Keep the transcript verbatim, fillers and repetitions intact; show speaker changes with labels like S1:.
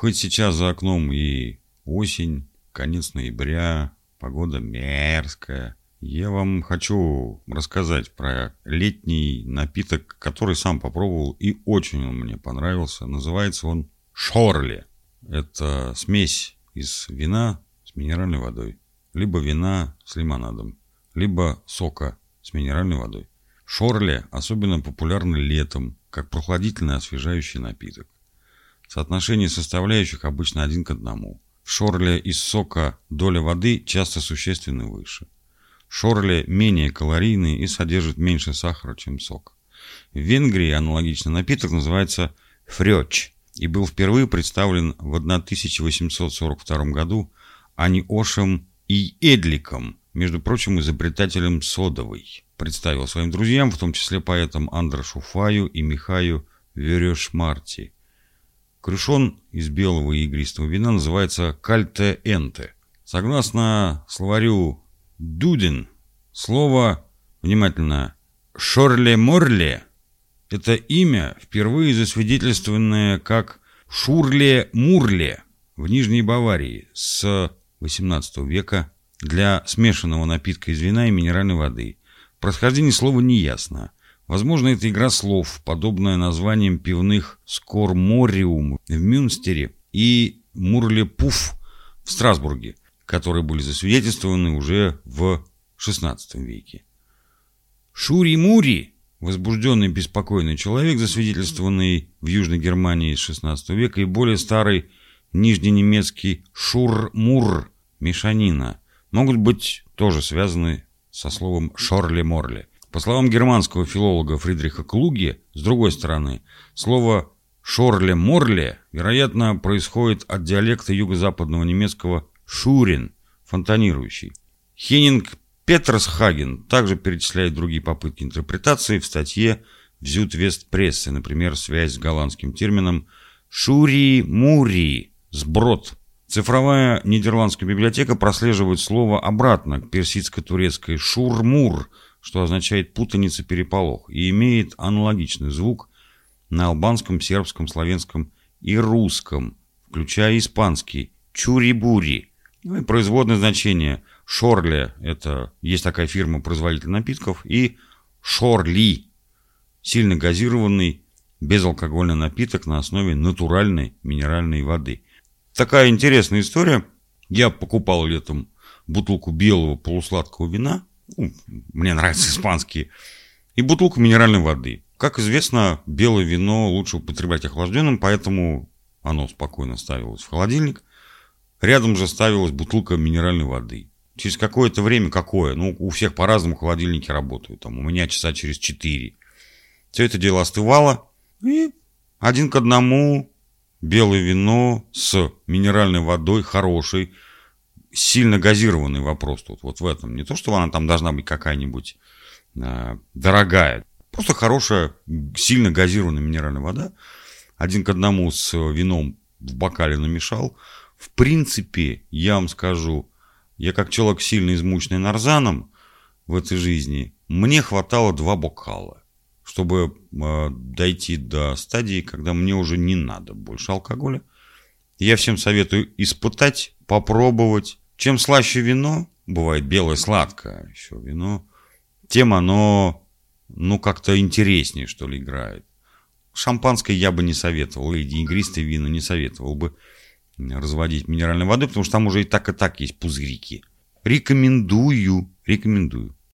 S1: Хоть сейчас за окном и осень, конец ноября, погода мерзкая, я вам хочу рассказать про летний напиток, который сам попробовал и очень он мне понравился. Называется он шорле. Это смесь из вина с минеральной водой, либо вина с лимонадом, либо сока с минеральной водой. Шорле особенно популярны летом, как прохладительный освежающий напиток. Соотношение составляющих обычно один к одному. В шорле из сока доля воды часто существенно выше. Шорле менее калорийный и содержит меньше сахара, чем сок. В Венгрии аналогичный напиток называется фрёч и был впервые представлен в тысяча восемьсот сорок втором году Аниошем и Эдликом, между прочим, изобретателем содовой. Представил своим друзьям, в том числе поэтам Андрашу Фаю и Михаю Верешмарти. Крюшон из белого и игристого вина называется кальте-энте. Согласно словарю Дуден, слово, внимательно, шорле-морле – это имя, впервые засвидетельствованное как шурле-мурле в Нижней Баварии с восемнадцатого века для смешанного напитка из вина и минеральной воды. Происхождение слова неясно. Возможно, это игра слов, подобная названиям пивных скормориум в Мюнстере и мурле-пуф в Страсбурге, которые были засвидетельствованы уже в шестнадцатом веке. Шури-мури, возбужденный беспокойный человек, засвидетельствованный в Южной Германии с шестнадцатого века, и более старый нижненемецкий шур-мур, мешанина, могут быть тоже связаны со словом шорле-морле. По словам германского филолога Фридриха Клуге, с другой стороны, слово шорле-морле, вероятно, происходит от диалекта юго-западного немецкого шурин, фонтанирующий. Хеннинг Петерсхаген также перечисляет другие попытки интерпретации в статье в Зюдвестпрессе, например, связь с голландским термином шури-мури, сброд. Цифровая нидерландская библиотека прослеживает слово обратно к персидско-турецкой шур-мур, что означает путаница, переполох, и имеет аналогичный звук на албанском, сербском, славянском и русском, включая испанский чури-бури. Ну и производное значение шорле – это есть такая фирма-производитель напитков, и шорли – сильно газированный безалкогольный напиток на основе натуральной минеральной воды. Такая интересная история. Я покупал летом бутылку белого полусладкого вина, ну, мне нравятся испанские, и бутылку минеральной воды. Как известно, белое вино лучше употреблять охлажденным, поэтому оно спокойно ставилось в холодильник. Рядом же ставилась бутылка минеральной воды. Через какое-то время, какое? Ну, у всех по-разному холодильники работают. Там, у меня часа через четыре. Все это дело остывало. И один к одному белое вино с минеральной водой, хорошей, сильно газированный вопрос тут. Вот в этом. Не то, что она там должна быть какая-нибудь э, дорогая. Просто хорошая, сильно газированная минеральная вода. Один к одному с вином в бокале намешал. В принципе, я вам скажу, я как человек сильно измученный нарзаном в этой жизни, мне хватало два бокала, чтобы э, дойти до стадии, когда мне уже не надо больше алкоголя. Я всем советую испытать, попробовать. Чем слаще вино, бывает белое сладкое еще вино, тем оно, ну, как-то интереснее, что ли, играет. Шампанское я бы не советовал, или игристые вина не советовал бы разводить минеральной водой, потому что там уже и так, и так есть пузырики. Рекомендую, рекомендую.